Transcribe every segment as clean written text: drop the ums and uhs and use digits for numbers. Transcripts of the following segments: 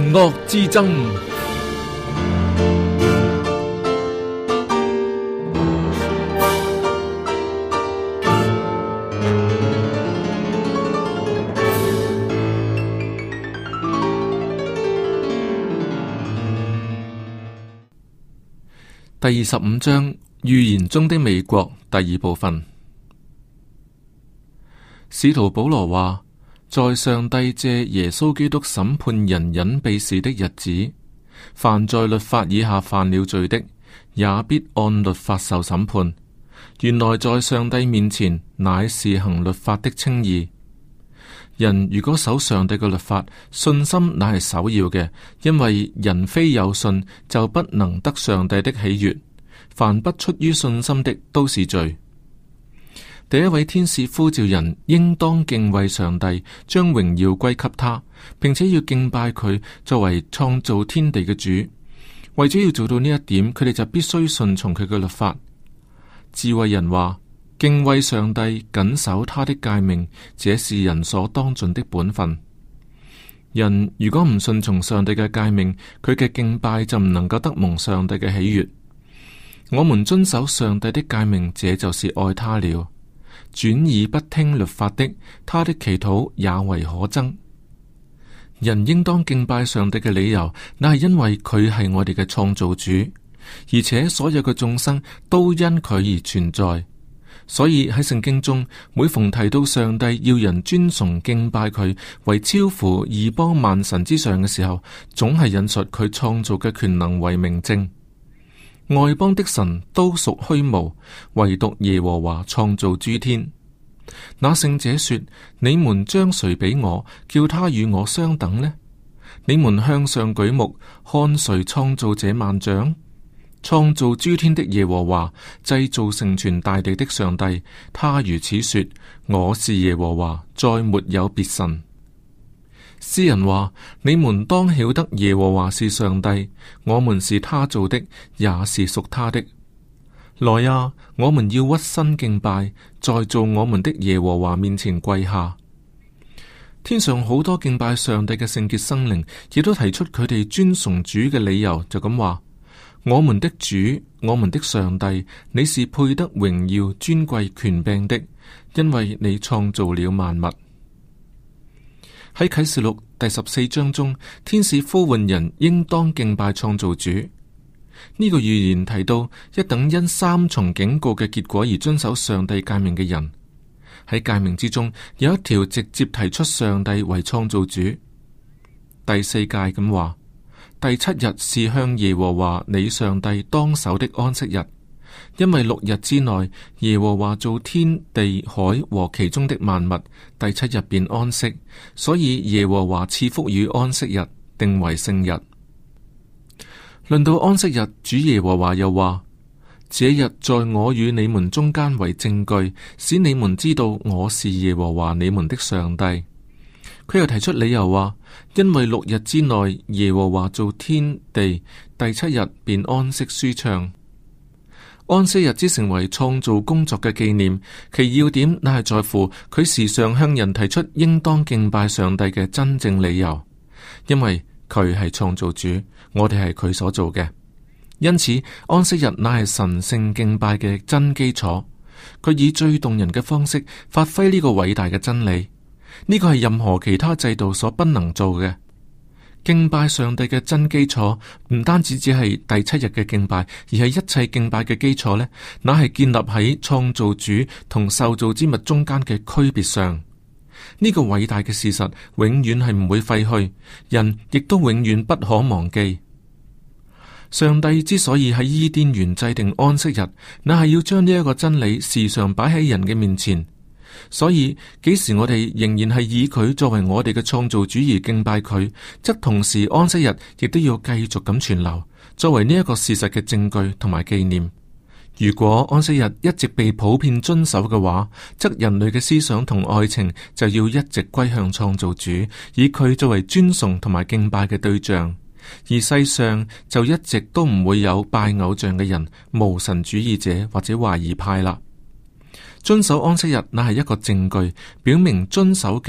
惡之爭。第25章預言中的美國第2部分。使徒保羅話，在上帝借耶穌基督審判人隱秘事的日子，凡在律法以下犯了罪的，也必按律法受審判。原來在上帝面前，乃是行律法的稱義。人如果守上帝嘅律法，信心乃係首要嘅，因為人非有信就不能得上帝的喜悅。凡不出於信心的都是罪。第一位天使呼召人應當敬畏上帝，將榮耀歸給他，並且要敬拜佢作為創造天地嘅主。為咗要做到呢一點，佢哋就必須順從佢嘅律法。智慧人話，敬畏上帝，謹守他的誡命，這是人所當盡的本分。人如果唔順從上帝嘅誡命，佢嘅敬拜就唔能夠得蒙上帝嘅喜悅。我們遵守上帝的誡命，這就是愛他了。轉耳不聽律法的，他的祈禱也為可憎。人應當敬拜上帝嘅理由，那係因為佢係我哋嘅創造主，而且所有嘅眾生都因佢而存在。所以喺聖經中，每逢提到上帝要人尊崇敬拜佢為超乎異邦萬神之上嘅時候，總係引述佢創造嘅權能為明證。外邦的神都屬虛無，唯獨耶和華創造諸天。那聖者說：你們將誰比我，叫他與我相等呢？你們向上舉目，看誰創造這萬象？創造諸天的耶和華，製造成全大地的上帝，他如此說：我是耶和華，再沒有別神。詩人話：你們當曉得耶和華是上帝，我們是他造的，也是屬他的。來啊，我們要屈身敬拜，在造我們的耶和華面前跪下。天上好多敬拜上帝嘅聖潔生靈，亦都提出佢哋尊崇主嘅理由，就咁話：我們的主，我們的上帝，你是配得榮耀、尊貴、權柄的，因為你創造了萬物。喺啟示錄第14章中，天使呼喚人應當敬拜創造主。呢個預言提到一等因三重警告嘅結果而遵守上帝誡命嘅人。喺誡命之中有一條直接提出上帝為創造主。第4誡咁話：第7日是向耶和華你上帝當守的安息日，因為6日之內耶和華造天地海和其中的萬物，第7日便安息，所以耶和華賜福與安息日，定為聖日。論到安息日，主耶和華又話：這日在我與你們中間為證據，使你們知道我是耶和華你們的上帝。佢又提出理由話：因為6日之內耶和華造天地，第7日便安息舒暢。安息日之成為創造工作嘅紀念，其要點乃係在乎佢時常向人提出應當敬拜上帝嘅真正理由，因為佢係創造主，我哋係佢所做嘅。因此安息日乃係神聖敬拜嘅真基礎，佢以最動人嘅方式發揮呢個偉大嘅真理。呢個係任何其他制度所不能做嘅。敬拜上帝嘅真基礎唔單止只係第7日嘅敬拜，而係一切敬拜嘅基礎呢，那係建立喺創造主同受造之物中間嘅區別上。呢個偉大嘅事實永遠係唔會廢去，人亦都永遠不可忘記。上帝之所以喺伊甸園制定安息日，那係要將呢一個真理時常擺喺人嘅面前。所以幾時我哋仍然係以佢作為我哋嘅創造主而敬拜佢，則同時安息日亦都要繼續咁存留，作為呢一個事實嘅證據同埋紀念。如果安息日一直被普遍遵守嘅話，則人類嘅思想同愛情就要一直歸向創造主，以佢作為尊崇同埋敬拜嘅對象。而世上就一直都唔會有拜偶像嘅人、無神主義者或者懷疑派啦。遵守安息日乃係一個證據，表明遵守嘅人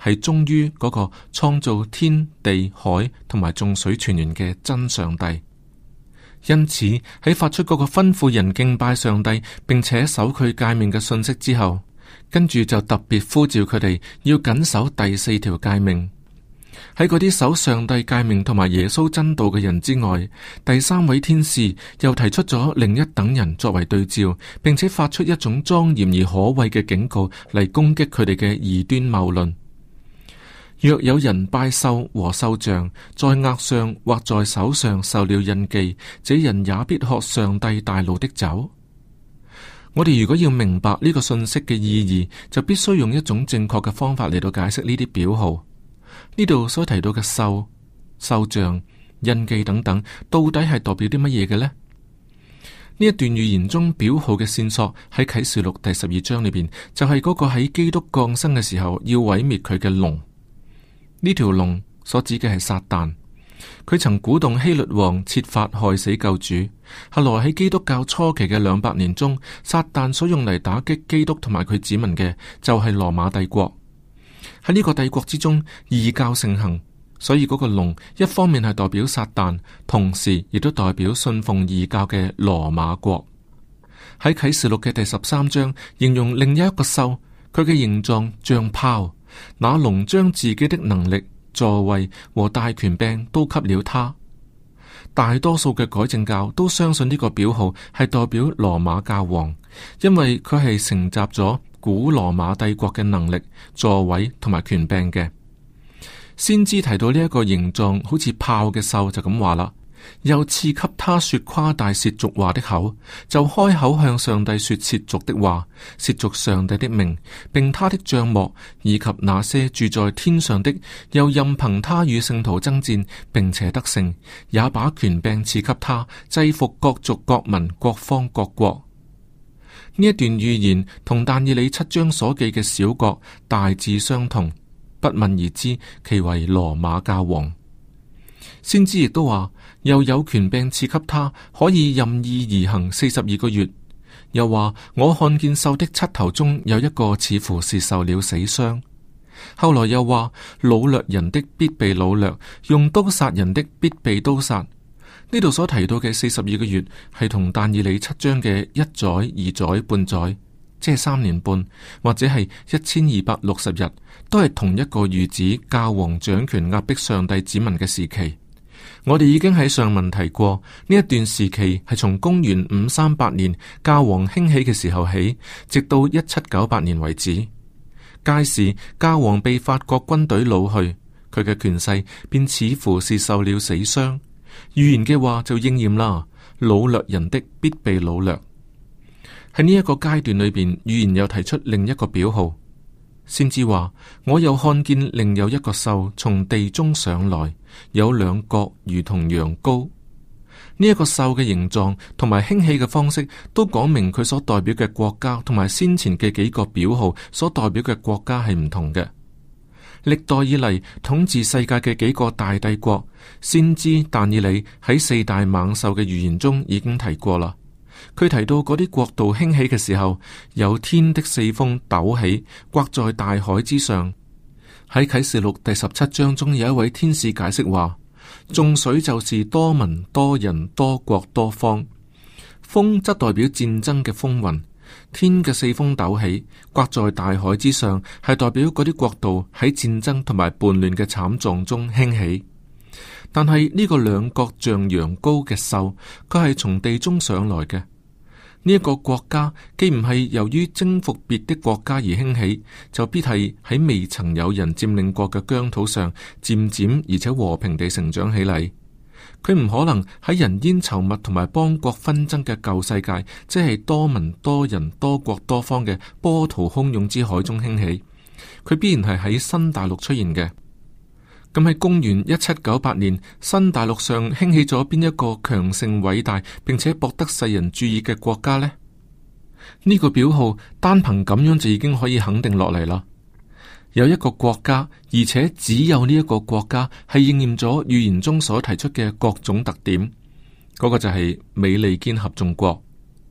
係忠於嗰個創造天地海同埋眾水泉源嘅真上帝。因此喺發出嗰個吩咐人敬拜上帝並且守佢誡命嘅信息之後，跟住就特別呼召佢哋要謹守第4條誡命。喺嗰啲守上帝誡命同埋耶穌真道嘅人之外，第3位天使又提出咗另一等人作為對照，並且發出一種莊嚴而可畏嘅警告嚟攻擊佢哋嘅異端謬論。若有人拜獸和獸像，在額上或在手上受了印記，這人也必喝上帝大怒的酒。我哋如果要明白呢個信息嘅意義，就必須用一種正確嘅方法嚟到解釋呢啲表號。呢度所提到嘅獸、獸像、印記等等，到底係代表啲乜嘢嘅呢？呢一段預言中表號嘅線索喺啟示錄第12章裏邊，就係嗰個喺基督降生嘅時候要毀滅佢嘅龍。呢條龍所指嘅係撒旦，佢曾鼓動希律王設法害死救主。後來喺基督教初期嘅200年中，撒旦所用嚟打擊基督同埋佢子民嘅就係羅馬帝國。喺呢個帝國之中，異教盛行，所以嗰個龍一方面係代表撒旦，同時亦都代表信奉異教嘅羅馬國。喺啟示錄嘅第13章，形容另一個獸，佢嘅形狀像豹。那龍將自己的能力、座位和大權柄都給了他。大多數嘅改正教都相信呢個表號係代表羅馬教皇，因為佢係承襲咗古羅馬帝國嘅能力、座位同埋權柄嘅。先知提到呢一個形狀好似豹嘅獸就咁話啦。又賜給他說誇大褻瀆話的口，就開口向上帝說褻瀆的話，褻瀆上帝的名，並他的帳幕，以及那些住在天上的，又任憑他與聖徒爭戰，並且得勝，也把權柄賜給他，制服各族各民各方各國。呢一段預言同但以理7章所記嘅小國大致相同，不問而知，其為羅馬教皇。先知亦都話，又有權柄賜給他，可以任意而行42個月。又話，我看見獸的7頭中有一個似乎是受了死傷。後來又話，擄掠人的必被擄掠，用刀殺人的必被刀殺。呢度所提到嘅42個月，係同但以理7章嘅1載、2載、半載，即係3年半，或者係1260日，都係同一個預指教皇掌權壓迫上帝子民嘅時期。我哋已經喺上文提過，呢一段時期係從公元538年教皇興起嘅時候起，直到1798年為止。屆時教皇被法國軍隊擄去，佢嘅權勢便似乎是受了死傷。預言嘅話就應驗啦，擄掠人的必被擄掠。喺呢一個階段裏邊，預言又提出另一個表號。先知話，我又看見另有一個獸從地中上來，有2角如同羊羔。呢一個獸嘅形狀同埋興起嘅方式，都講明佢所代表嘅國家同埋先前嘅幾個表號所代表嘅國家係唔同嘅。歷代以嚟統治世界嘅幾個大帝國，先知但以理喺4大猛獸嘅預言中已經提過啦。佢提到嗰啲國度興起嘅時候，有天的4風抖起，颳在大海之上。喺啟示錄第17章中，有一位天使解釋話，眾水就是多民、多人、多國、多方。風則代表戰爭嘅風雲，天嘅4風抖起，颳在大海之上，係代表嗰啲國度喺戰爭同埋叛亂嘅慘狀中興起。但係呢個2角像羊羔嘅獸，佢係從地中上來嘅。呢一個國家既唔係由於征服別的國家而興起，就必係喺未曾有人佔領過嘅疆土上漸漸而且和平地成長起嚟。佢唔可能喺人煙稠密同埋邦國紛爭嘅舊世界，即係多民、多人、多國、多方嘅波濤洶湧之海中興起。佢必然係喺新大陸出現嘅。咁喺公元1798年，新大陸上興起咗邊一個強盛偉大並且博得世人注意嘅國家呢？呢個表號單憑咁樣就已經可以肯定落嚟啦。有一個國家，而且只有呢一個國家係應驗咗預言中所提出嘅各種特點，嗰個就係美利堅合眾國。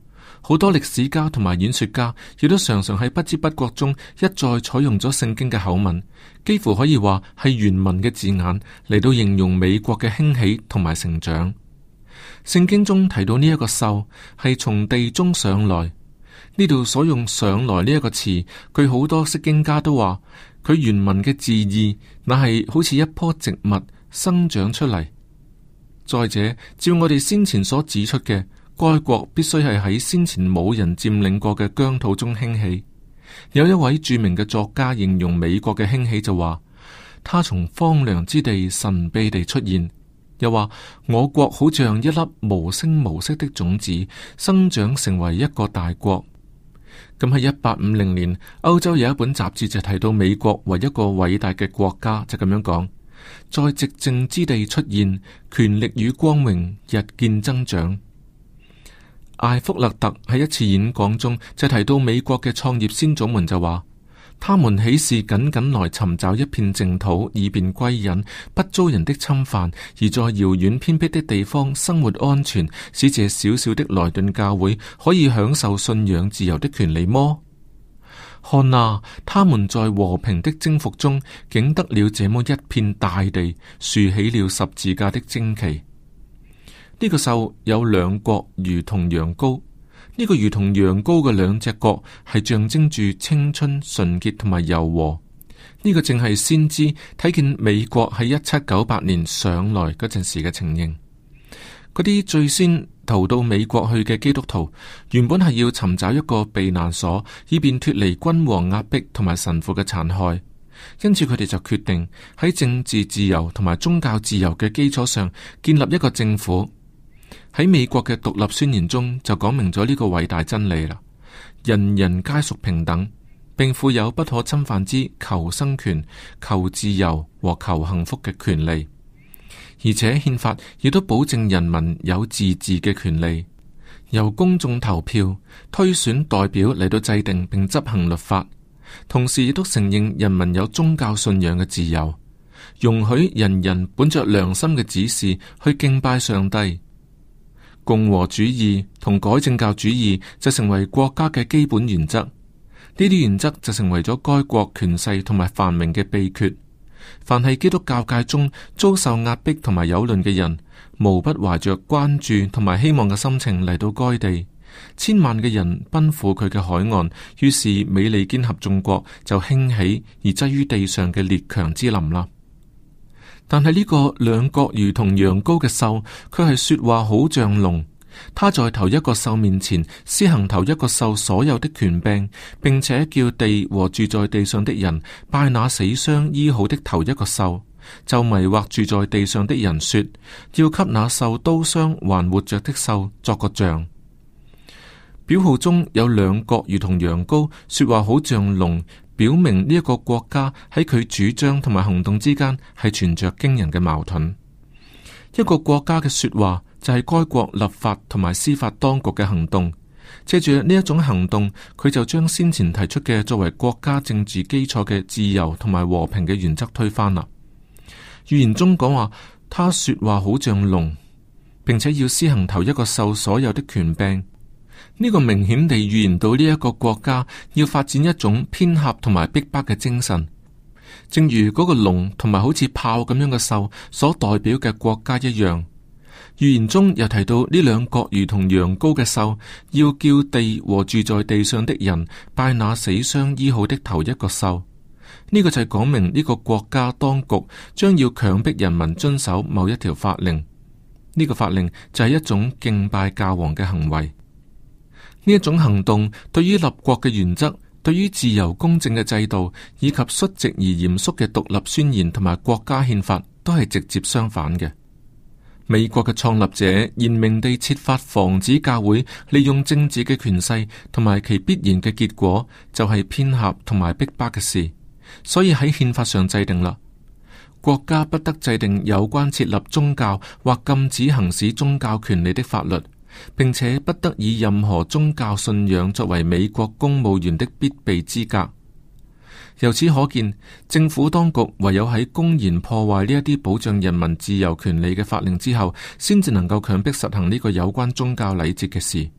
好多歷史家同埋演說家亦都常常喺不知不覺中一再採用咗聖經嘅口吻，幾乎可以話係原文嘅字眼嚟到形容美國嘅興起同埋成長。聖經中提到呢一個獸係從地中上來，呢度所用上來呢一個詞，據好多釋經家都話佢原文嘅字義那係好似一棵植物生長出嚟。再者，照我哋先前所指出嘅，該國必須係喺先前冇人佔領過嘅疆土中興起。有一位著名嘅作家形容美國嘅興起就話，他從荒涼之地神秘地出現，又話我國好像一粒無聲無息的種子，生長成為一個大國。咁喺1850年，歐洲有一本雜誌就提到美國為一個偉大嘅國家，就咁樣講。在寂靜之地出現，權力與光榮日漸增長。艾福勒特喺一次演講中就提到美國嘅創業先祖們就話，他們豈是僅僅來尋找一片淨土以便歸隱，不遭人的侵犯，而在遙遠偏僻的地方生活安全，使這小小的萊頓教會可以享受信仰自由的權利麼？看啊，他們在和平的征服中，竟得了這麼一片大地，豎起了十字架的旌旗。呢個獸有兩角如同羊羔，呢個如同羊羔嘅兩隻角係象徵住青春、純潔同埋柔和。呢個正係先知睇見美國喺1798年上來嗰陣時嘅情形。嗰啲最先逃到美國去嘅基督徒，原本係要尋找一個避難所，以便脫離君王壓迫同埋神父嘅殘害。因此佢哋就決定喺政治自由同埋宗教自由嘅基礎上建立一個政府。喺美國嘅獨立宣言中就講明咗呢個偉大真理啦：人人皆屬平等，並負有不可侵犯之求生權、求自由和求幸福嘅權利。而且憲法亦都保證人民有自治嘅權利，由公眾投票推選代表嚟到制定並執行律法，同時亦都承認人民有宗教信仰嘅自由，容許人人本着良心嘅指示去敬拜上帝。共和主義同改正教主義就成為國家嘅基本原則，呢啲原則就成為咗該國權勢同埋繁榮嘅秘訣。凡係基督教界中遭受壓迫同埋有論嘅人，無不懷着關注同埋希望嘅心情嚟到該地。千萬嘅人奔赴佢嘅海岸，於是美利堅合眾國就興起而躋於地上嘅列強之林啦。但係呢個兩角如同羊羔嘅獸，佢係說話好像龍。他在頭一個獸面前施行頭一個獸所有的權柄，並且叫地和住在地上的人拜那死傷醫好的頭一個獸，就迷惑住在地上的人說，要給那受刀傷還活着的獸作個像。表號中有兩角如同羊羔，說話好像龍，表明呢一個國家喺佢主張同埋行動之間係存着驚人嘅矛盾。一個國家嘅說話就係該國立法同埋司法當局嘅行動，借住呢一種行動，佢就將先前提出嘅作為國家政治基礎嘅自由同埋和平嘅原則推翻啦。預言中講話，他說話好像龍，並且要施行頭一個獸所有的權柄。呢個明顯地預言到呢一個國家要發展一種偏狹同埋逼迫嘅精神，正如嗰個龍同埋好似豹咁樣嘅獸所代表嘅國家一樣。預言中又提到呢兩角如同羊羔嘅獸，要叫地和住在地上的人拜那死傷醫好的頭一個獸。呢個就係講明呢個國家當局將要強迫人民遵守某一條法令。呢個法令就係一種敬拜教皇嘅行為。呢一種行動對於立國嘅原則，對於自由公正嘅制度，以及率直而嚴肅嘅獨立宣言同埋國家憲法，都係直接相反嘅。美國嘅創立者嚴明地設法防止教會利用政治嘅權勢，同埋其必然嘅結果就係偏狹同埋逼迫嘅事，所以喺憲法上制定啦，國家不得制定有關設立宗教或禁止行使宗教權利的法律，並且不得以任何宗教信仰作為美國公務員的必備資格。由此可見，政府當局唯有喺公然破壞呢一啲保障人民自由權利嘅法令之後，先至能夠強迫實行呢個有關宗教禮節嘅事。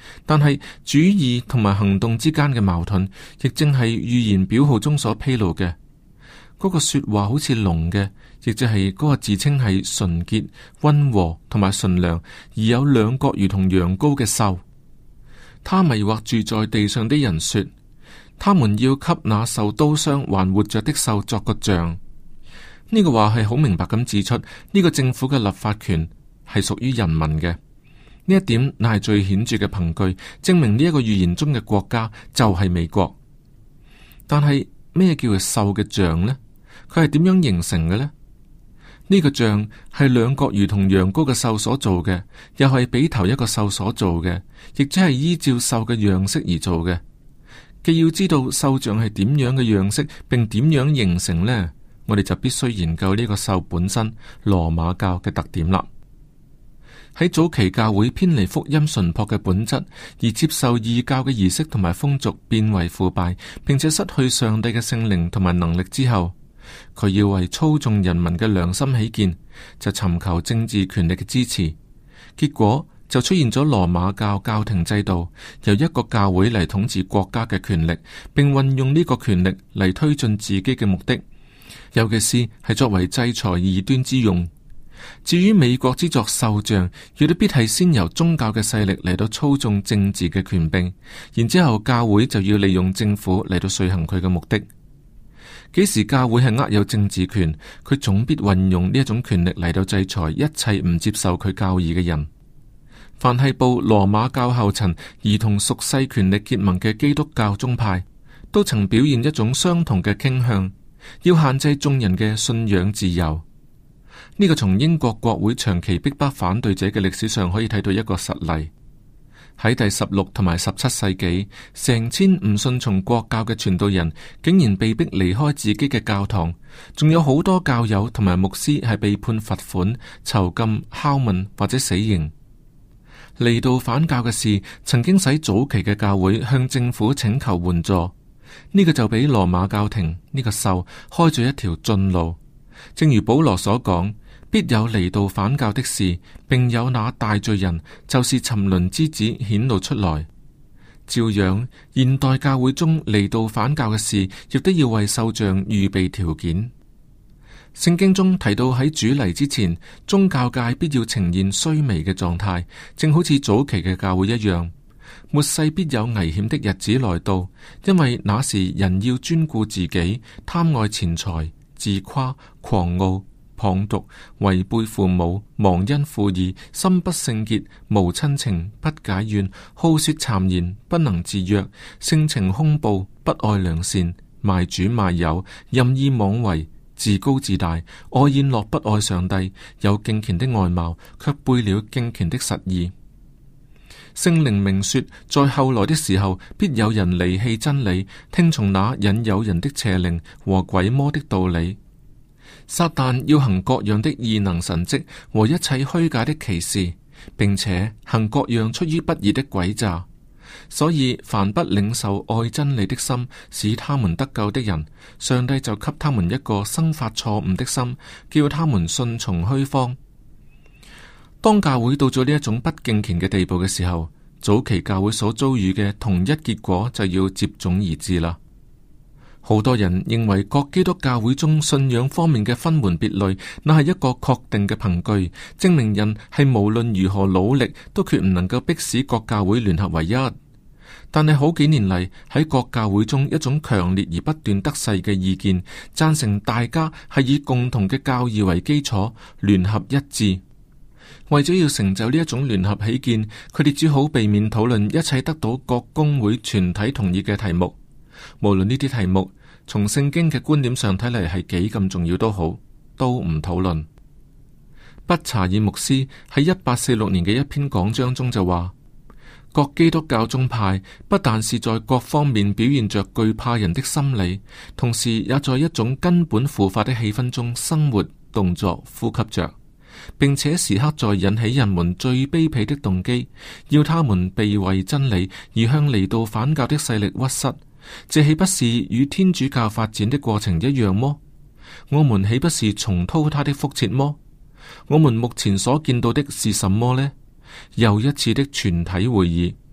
但係主義同埋行動之間嘅矛盾，亦正係預言表號中所披露嘅。嗰個說話好似龍嘅，亦就係嗰個自稱係純潔、溫和同埋純良，而有兩角如同羊羔嘅獸。他迷惑住在地上的人說，他們要給那受刀傷還活着的獸作個像。呢個話係好明白咁指出，呢個政府嘅立法權係屬於人民嘅。呢一點乃係最顯著嘅憑據，證明呢一個預言中嘅國家就係美國。但係咩叫做獸嘅像呢？佢係點樣形成嘅呢？呢個像係兩角如同羊羔嘅獸所做嘅，又係比頭一個獸所做嘅，亦即係依照獸嘅樣式而做嘅。既要知道獸像係點樣嘅樣式，並點樣形成呢，我哋就必須研究呢個獸本身羅馬教嘅特點啦。喺早期教會偏離福音純樸嘅本質，而接受異教嘅儀式同埋風俗，變為腐敗，並且失去上帝嘅聖靈同埋能力之後，佢要為操縱人民嘅良心起見，就尋求政治權力嘅支持，結果就出現咗羅馬教教廷制度，由一個教會嚟統治國家嘅權力，並運用呢個權力嚟推進自己嘅目的，尤其是係作為制裁異端之用。至於美國之作獸像，亦都必係先由宗教嘅勢力嚟到操縱政治嘅權柄，然之後教會就要利用政府嚟到遂行佢嘅目的。幾時教會係握有政治權，佢總必運用呢一種權力嚟到制裁一切唔接受佢教義嘅人。凡係步羅馬教後塵而同屬世權力結盟嘅基督教宗派，都曾表現一種相同嘅傾向，要限制眾人嘅信仰自由。呢個從英國國會長期逼迫反對者嘅歷史上可以睇到一個實例。喺第16同埋17世紀，成千唔順從國教嘅傳道人竟然被逼離開自己嘅教堂，仲有好多教友同埋牧師係被判罰款、囚禁、拷問或者死刑。離道反教嘅事曾經使早期嘅教會向政府請求援助，呢個就俾羅馬教廷呢個獸開咗一條進路。正如保羅所講，必有離道反教的事，並有那大罪人，就是沉淪之子顯露出來。照樣，現代教會中離道反教嘅事，亦都要為獸像預備條件。聖經中提到喺主嚟之前，宗教界必要呈現衰微嘅狀態，正好似早期嘅教會一樣。末世必有危險的日子來到，因為那時人要專顧自己，貪愛錢財，自誇、狂傲、謗讟、違背父母、忘恩負義、心不聖潔、無親情、不解怨、好說讒言、不能自約、性情兇暴、不愛良善、賣主賣友、任意妄為、自高自大、愛宴樂不愛上帝，有敬虔的外貌，卻背了敬虔的實意。聖靈明說，在後來的時候，必有人離棄真理，聽從那引誘人的邪靈和鬼魔的道理。撒旦要行各樣的異能神蹟和一切虛假的奇事，並且行各樣出於不義的詭詐。所以凡不領受愛真理的心，使他們得救的人，上帝就給他們一個生發錯誤的心，叫他們順從虛謊。當教會到咗呢一種不敬虔嘅地步嘅時候，早期教會所遭遇嘅同一結果就要接踵而至啦。好多人認為各基督教會中信仰方面嘅分門別類，那係一個確定嘅憑據，證明人係無論如何努力都決唔能夠迫使各教會聯合為一。但係好幾年嚟，喺各教會中一種強烈而不斷得勢嘅意見，贊成大家係以共同嘅教義為基礎聯合一致。為咗要成就呢一種聯合起見，佢哋只好避免討論一切得到各公會全體同意嘅題目。無論呢啲題目從聖經嘅觀點上睇嚟係幾咁重要都好，都唔討論。畢查爾牧師喺1846年嘅一篇講章中就話，各基督教宗派不但是在各方面表現着懼怕人的心理，同時也在一種根本腐化的氣氛中生活、動作、呼吸着，並且時刻在引起人們最卑鄙的動機，要他們避諱真理而向離道反教的勢力屈膝。這豈不是與天主教發展的過程一樣麼？我們豈不是重蹈他的覆轍麼？我們目前所見到的是什麼呢？又一次的全體會議，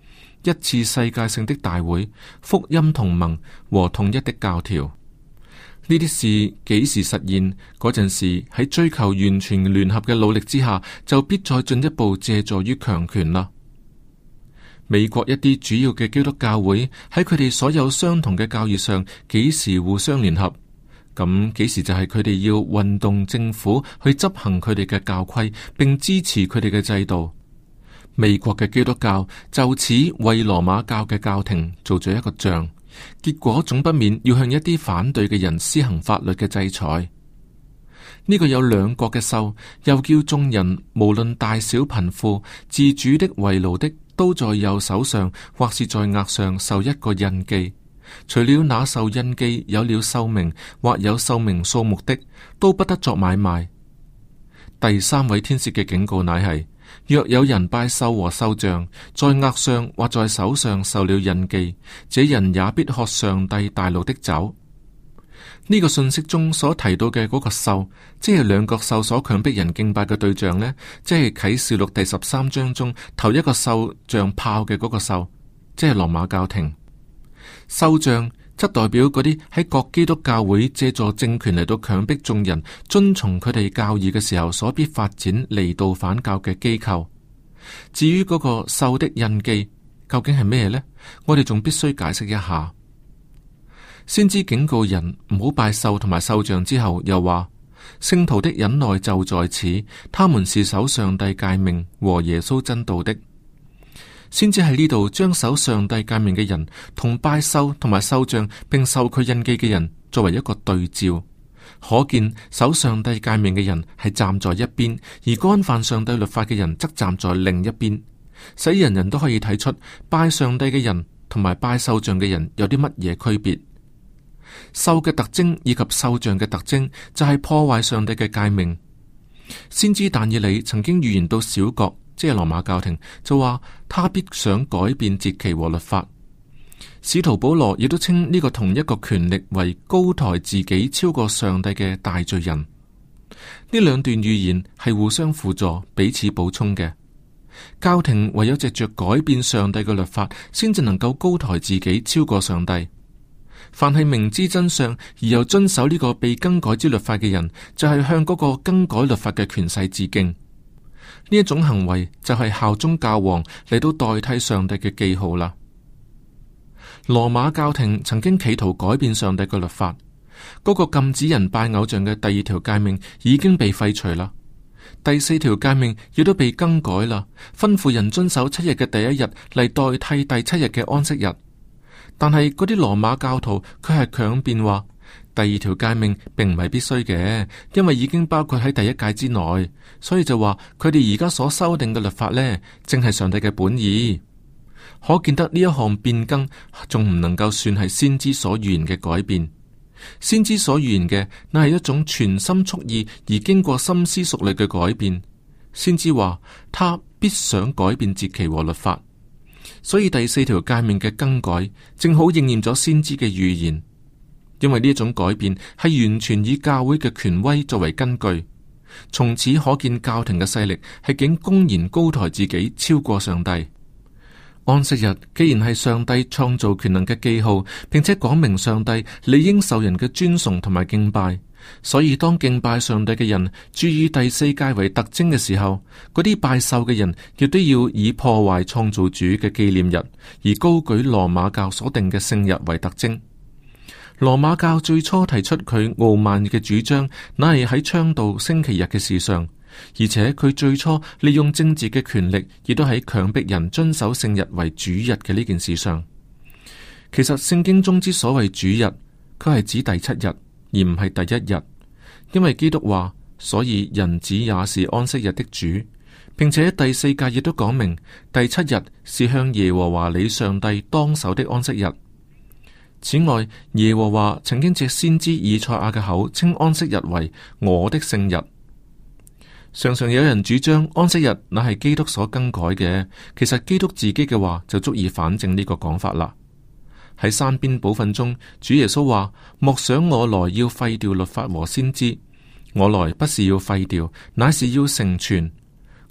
一次世界性的大會、福音同盟和統一的教條。呢啲事幾時實現？嗰陣時喺追求完全聯合嘅努力之下，就必再進一步借助於強權啦。美國一啲主要嘅基督教會喺佢哋所有相同嘅教義上，幾時互相聯合？咁幾時就係佢哋要運動政府去執行佢哋嘅教規，並支持佢哋嘅制度。美國嘅基督教就此為羅馬教嘅教廷做咗一個像。結果總不免要向一啲反對嘅人施行法律嘅制裁。呢個有兩國嘅獸，又叫眾人無論大小貧富、自主的為奴的，都在右手上或是在額上受一個印記。除了那受印記有了獸名或有獸名數目的，都不得作買賣。第三位天使嘅警告乃係：若有人拜獸和獸像，在額上或在手上受了印記，這人也必喝上帝大怒的酒。呢個信息中所提到嘅嗰個獸，即係兩角獸所強迫人敬拜嘅對象呢，即係啟示錄第13章中頭一個獸像炮嘅嗰個獸，即係羅馬教廷。獸像則代表嗰啲喺各基督教會借助政權嚟到強迫眾人遵從佢哋教義嘅時候所必發展離道反教嘅機構。至於嗰個獸的印記究竟係咩呢？我哋仲必須解釋一下。先知警告人唔好拜獸同埋獸像之後，又話聖徒的忍耐就在此，他們是守上帝誡命和耶穌真道的。先知喺呢度將守上帝誡命嘅人同拜獸同埋獸像並受佢印記嘅人作為一個對照，可見守上帝誡命嘅人係站在一邊，而干犯上帝律法嘅人則站在另一邊，使人人都可以睇出拜上帝嘅人同埋拜獸像嘅人有啲乜嘢區別。獸嘅特徵以及獸像嘅特徵就係破壞上帝嘅誡命。先知但以理曾經預言到小國，即係羅馬教廷，就話他必想改變節期和律法。使徒保羅亦都稱呢個同一個權力為高抬自己超過上帝嘅大罪人。呢兩段預言係互相輔助、彼此補充嘅。教廷唯有藉着改變上帝嘅律法，先至能夠高抬自己超過上帝。凡係明知真相而又遵守呢個被更改之律法嘅人，就係向嗰個更改律法嘅權勢致敬。呢一種行為就係效忠教皇嚟到代替上帝嘅記號啦。羅馬教廷曾經企圖改變上帝嘅律法，嗰個禁止人拜偶像嘅第二條誡命已經被廢除啦。第4條誡命亦都被更改啦，吩咐人遵守7日嘅第一日嚟代替第7日嘅安息日。但係嗰啲羅馬教徒佢係強辯話，第2條誡命並唔係必須嘅，因為已經包括喺第1誡之內，所以就話佢哋而家所修訂嘅律法呢，正係上帝嘅本意。可見得呢一項變更仲唔能夠算係先知所預言嘅改變。先知所預言嘅，乃係一種全心蓄意而經過深思熟慮嘅改變。先知話他必想改變節期和律法。所以第4條誡命嘅更改，正好應驗咗先知嘅預言。因為呢一種改變係完全以教會嘅權威作為根據，從此可見教廷嘅勢力係竟公然高抬自己超過上帝。安息日既然係上帝創造權能嘅記號，並且講明上帝理應受人嘅尊崇同埋敬拜，所以當敬拜上帝嘅人注意第4誡為特徵嘅時候，嗰啲拜獸嘅人亦都要以破壞創造主嘅紀念日，而高舉羅馬教所定嘅聖日為特徵。羅馬教最初提出佢傲慢嘅主張，乃係喺倡導星期日嘅事上，而且佢最初利用政治嘅權力，亦都喺強迫人遵守聖日為主日嘅呢件事上。其實聖經中之所謂主日，佢係指第7日，而唔係第1日，因為基督話，所以人子也是安息日的主，並且第4誡亦都講明第7日是向耶和華你上帝當守的安息日。此外，耶和華曾經借先知以賽亞嘅口稱安息日為我的聖日。常常有人主張安息日乃係基督所更改嘅，其實基督自己嘅話就足以反證呢個講法啦。喺山邊寶訓中，主耶穌話：莫想我來要廢掉律法和先知，我來不是要廢掉，乃是要成全。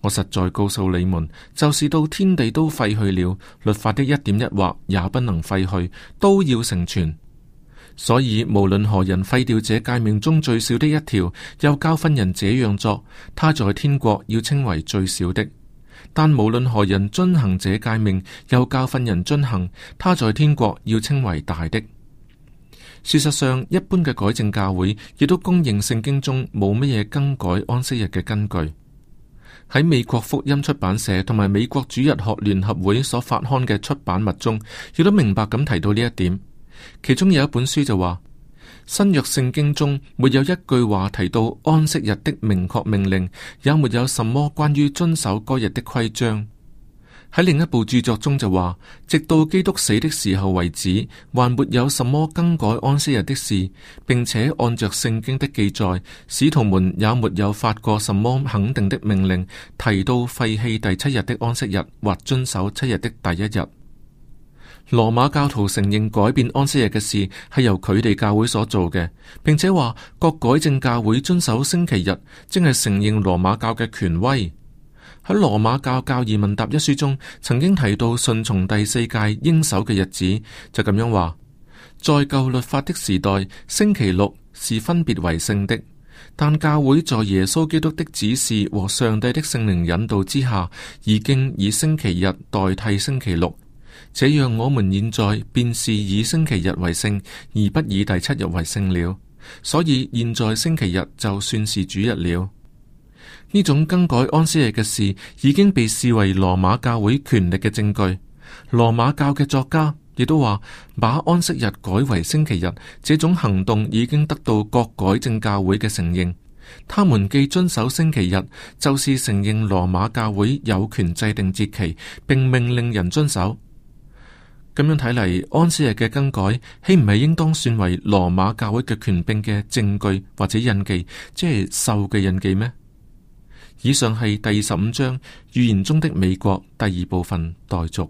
我實在告訴你們，就是到天地都廢去了，律法的一點一畫也不能廢去，都要成全。所以無論何人廢掉這誡命中最小的一條，又教訓人這樣作，他在天國要稱為最小的；但無論何人遵行這誡命，又教訓人遵行，他在天國要稱為大的。事實上，一般嘅改正教會亦都公認聖經中冇乜嘢更改安息日嘅根據。喺美國福音出版社同埋美國主日學聯合會所發刊嘅出版物中，亦都明白咁提到呢一點。其中有一本書就話，新約聖經中沒有一句話提到安息日的明確命令，也沒有什麼關於遵守該日的規章。喺另一部著作中就話，直到基督死的時候為止，還沒有什麼更改安息日的事，並且按着聖經的記載，使徒們也沒有發過什麼肯定的命令，提到廢棄第7日的安息日或遵守7日的第1日。羅馬教徒承認改變安息日嘅事係由佢哋教會所做嘅，並且話各改正教會遵守星期日，正係承認羅馬教嘅權威。喺羅馬教教義問答一書中，曾經提到順從第4誡應守嘅日子，就咁樣話：在舊律法的時代，星期六是分別為聖的，但教會在耶穌基督的指示和上帝的聖靈引導之下，已經以星期日代替星期六。這樣我們現在便是以星期日為聖，而不以第7日為聖了。所以現在星期日就算是主日了。呢種更改安息日嘅事已經被視為羅馬教會權力嘅證據。羅馬教嘅作家亦都話，把安息日改為星期日，這種行動已經得到各改正教會嘅承認。他們既遵守星期日，就是承認羅馬教會有權制定節期，並命令人遵守。咁樣睇嚟，安息日嘅更改，豈唔係應當算為羅馬教會嘅權柄嘅證據或者印記，即係獸嘅印記咩？以上係第25章預言中的美國第2部分待續。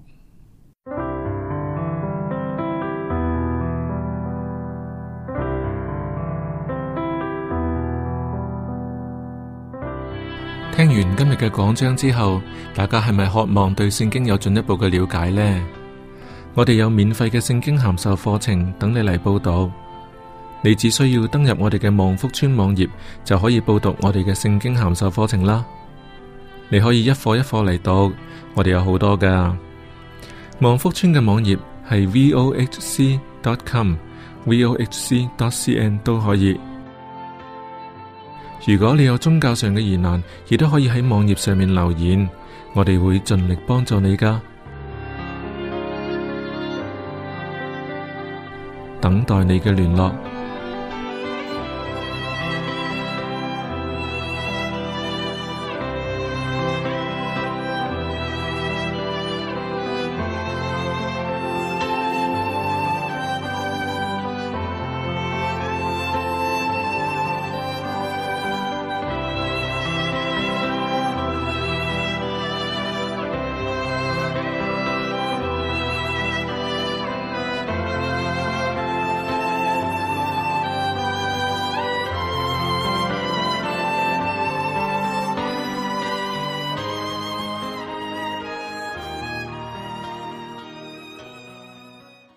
聽完今日嘅講章之後，大家係咪渴望對聖經有進一步嘅了解呢？我哋有免費嘅聖經函授課程等你嚟報讀，你只需要登入我哋嘅望福村網頁，就可以報讀我哋嘅聖經函授課程啦。你可以一課一課嚟讀，我哋有好多噶。望福村嘅網頁係 vohc.com、vohc.cn 都可以。如果你有宗教上嘅疑難，亦都可以喺網頁上面留言，我哋會盡力幫助你噶。等待你嘅聯絡。